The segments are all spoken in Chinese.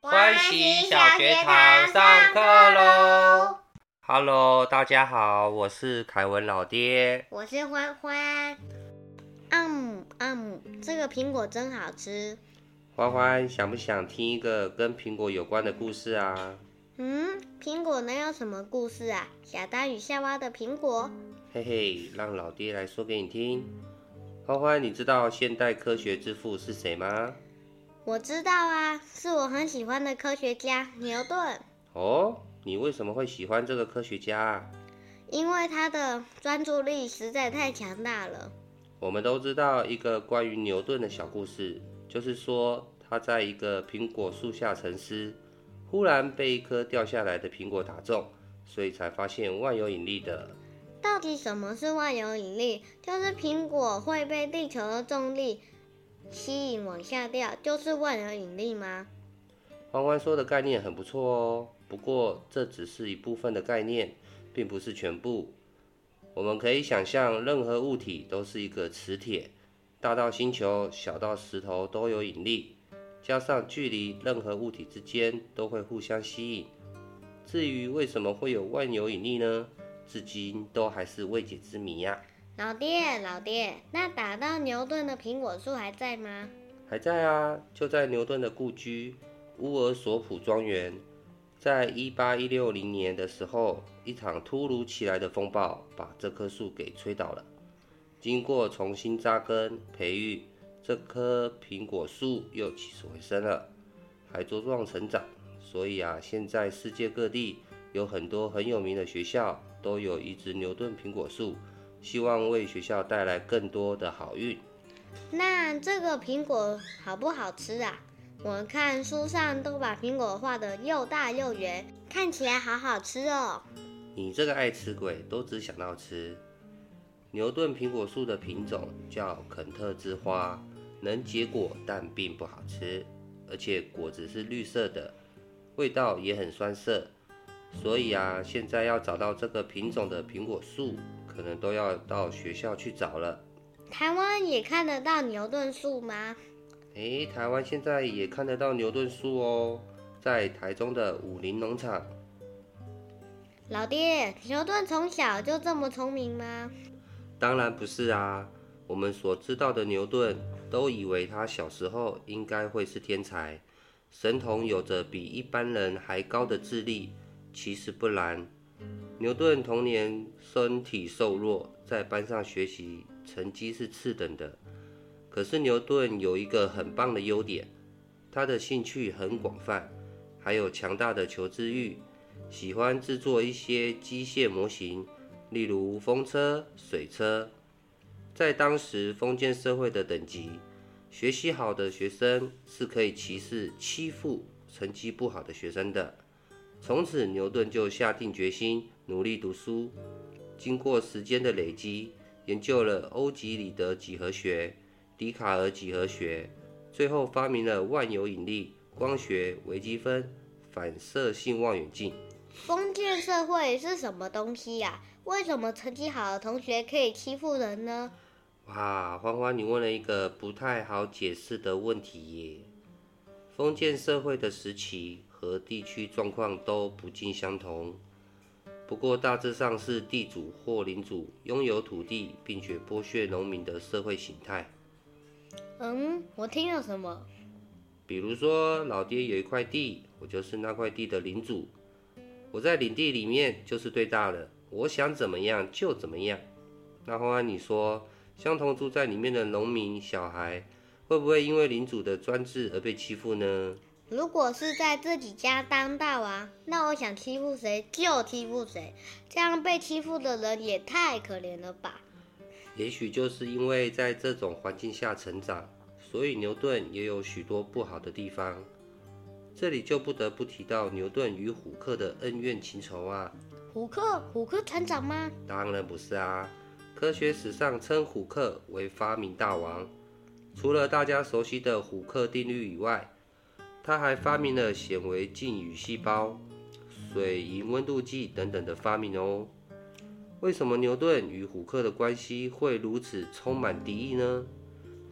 欢喜小学堂上课喽！Hello， 大家好，我是凯文老爹， 我是欢欢。这个苹果真好吃。 欢欢想不想听一个跟苹果有关的故事啊？ 苹果能有什么故事啊？亚当与夏娃的苹果？ 嘿嘿，让老爹来说给你听。欢欢，你知道现代科学之父是谁吗？ 我知道啊，是我很喜欢的科学家牛顿。 哦，你为什么会喜欢这个科学家啊？ 因为他的专注力实在太强大了。 我们都知道一个关于牛顿的小故事，就是说他在一个苹果树下沉思，忽然被一颗掉下来的苹果打中，所以才发现万有引力的。 到底什么是万有引力？就是苹果会被地球的重力吸引往下掉，就是万有引力吗？ 欢欢说的概念很不错哦，不过这只是一部分的概念，并不是全部。我们可以想象，任何物体都是一个磁铁，大到星球，小到石头都有引力，加上距离，任何物体之间都会互相吸引。至于为什么会有万有引力呢？至今都还是未解之谜呀。 老爹，那打到牛顿的苹果树还在吗？ 还在啊，就在牛顿的故居乌尔索普庄园。在1860年的时候，一场突如其来的风暴把这棵树给吹倒了。经过重新扎根培育，这棵苹果树又起死回生了，还茁壮成长。所以啊，现在世界各地有很多很有名的学校都有移植牛顿苹果树，希望为学校带来更多的好运。 那这个苹果好不好吃啊？我看书上都把苹果画得又大又圆，看起来好好吃哦。 你这个爱吃鬼，都只想到吃。牛顿苹果树的品种叫肯特之花，能结果但并不好吃，而且果子是绿色的，味道也很酸涩。所以啊，现在要找到这个品种的苹果树，可能都要到学校去找了。 台湾也看得到牛顿树吗？ 台湾现在也看得到牛顿树哦，在台中的武林农场。 老爹，牛顿从小就这么聪明吗？ 当然不是啊，我们所知道的牛顿都以为他小时候应该会是天才，神童有着比一般人还高的智力，其实不然。牛顿童年身体瘦弱，在班上学习成绩是次等的。可是牛顿有一个很棒的优点，他的兴趣很广泛，还有强大的求知欲，喜欢制作一些机械模型，例如风车、水车。在当时封建社会的等级，学习好的学生是可以歧视欺负成绩不好的学生的。从此牛顿就下定决心努力读书，经过时间的累积，研究了欧几里得几何学、笛卡尔几何学，最后发明了万有引力、光学、微积分、反射性望远镜。 封建社会是什么东西呀？为什么成绩好的同学可以欺负人呢？ 哇，欢欢，你问了一个不太好解释的问题耶。封建社会的时期和地区状况都不尽相同，不过大致上是地主或领主拥有土地并且剥削农民的社会形态。 我听了什么？ 比如说，老爹有一块地，我就是那块地的领主，我在领地里面就是最大的，我想怎么样就怎么样。那欢欢，你说，相同住在里面的农民小孩，会不会因为领主的专制而被欺负呢？ 如果是在自己家当大王，那我想欺负谁就欺负谁，这样被欺负的人也太可怜了吧？ 也许就是因为在这种环境下成长，所以牛顿也有许多不好的地方。这里就不得不提到牛顿与虎克的恩怨情仇啊。 虎克船长吗？ 当然不是啊，科学史上称虎克为发明大王。除了大家熟悉的虎克定律以外，他还发明了显微镜与细胞、水银温度计等等的发明哦。为什么牛顿与虎克的关系会如此充满敌意呢？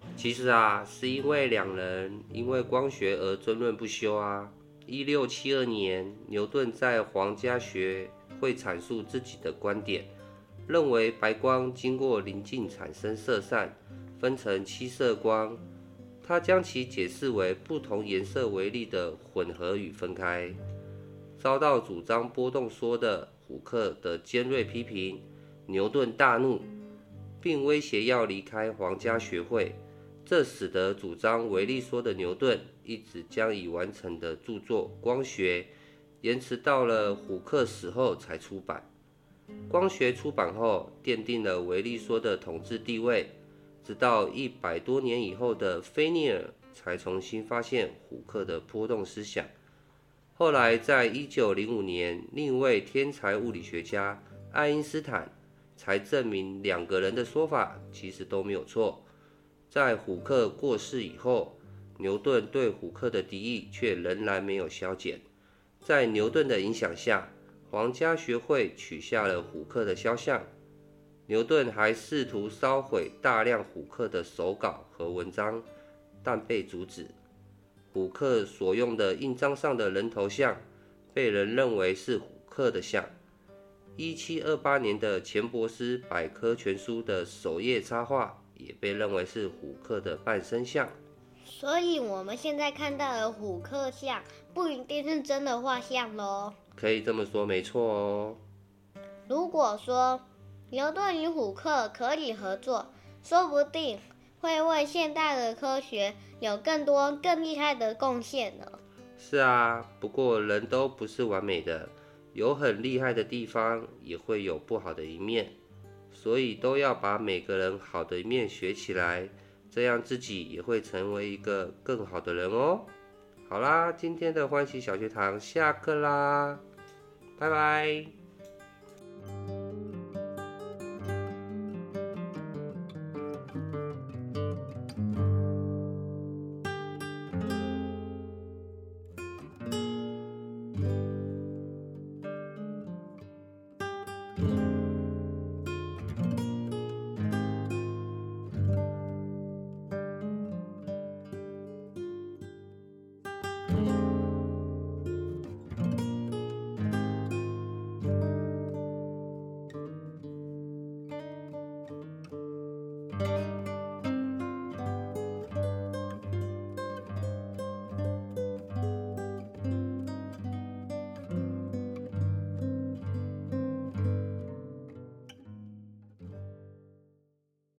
其实啊，是因为两人因为光学而争论不休啊。1672年，牛顿在皇家学会阐述自己的观点，认为白光经过棱镜产生色散，分成七色光。他将其解释为不同颜色微粒的混合与分开。遭到主张波动说的虎克的尖锐批评，牛顿大怒，并威胁要离开皇家学会。这使得主张微粒说的牛顿一直将已完成的著作《光学》延迟到了虎克死后才出版。光学出版后，奠定了微粒说的统治地位，直到100多年以后的菲涅尔才重新发现虎克的波动思想。后来在1905年，另一位天才物理学家爱因斯坦才证明两个人的说法其实都没有错。在虎克过世以后，牛顿对虎克的敌意却仍然没有消减。在牛顿的影响下，皇家学会取下了虎克的肖像。牛顿还试图烧毁大量虎克的手稿和文章，但被阻止。虎克所用的印章上的人头像被人认为是虎克的像。1728年的钱伯斯百科全书的首页插画也被认为是虎克的半身像。 所以我们现在看到的虎克像不一定是真的画像咯。 可以这么说，没错哦。 如果说牛顿与虎克可以合作，说不定会为现代的科学有更多更厉害的贡献呢。 是啊，不过人都不是完美的，有很厉害的地方，也会有不好的一面，所以都要把每个人好的一面学起来，这样自己也会成为一个更好的人哦。好啦，今天的欢喜小学堂下课啦，拜拜。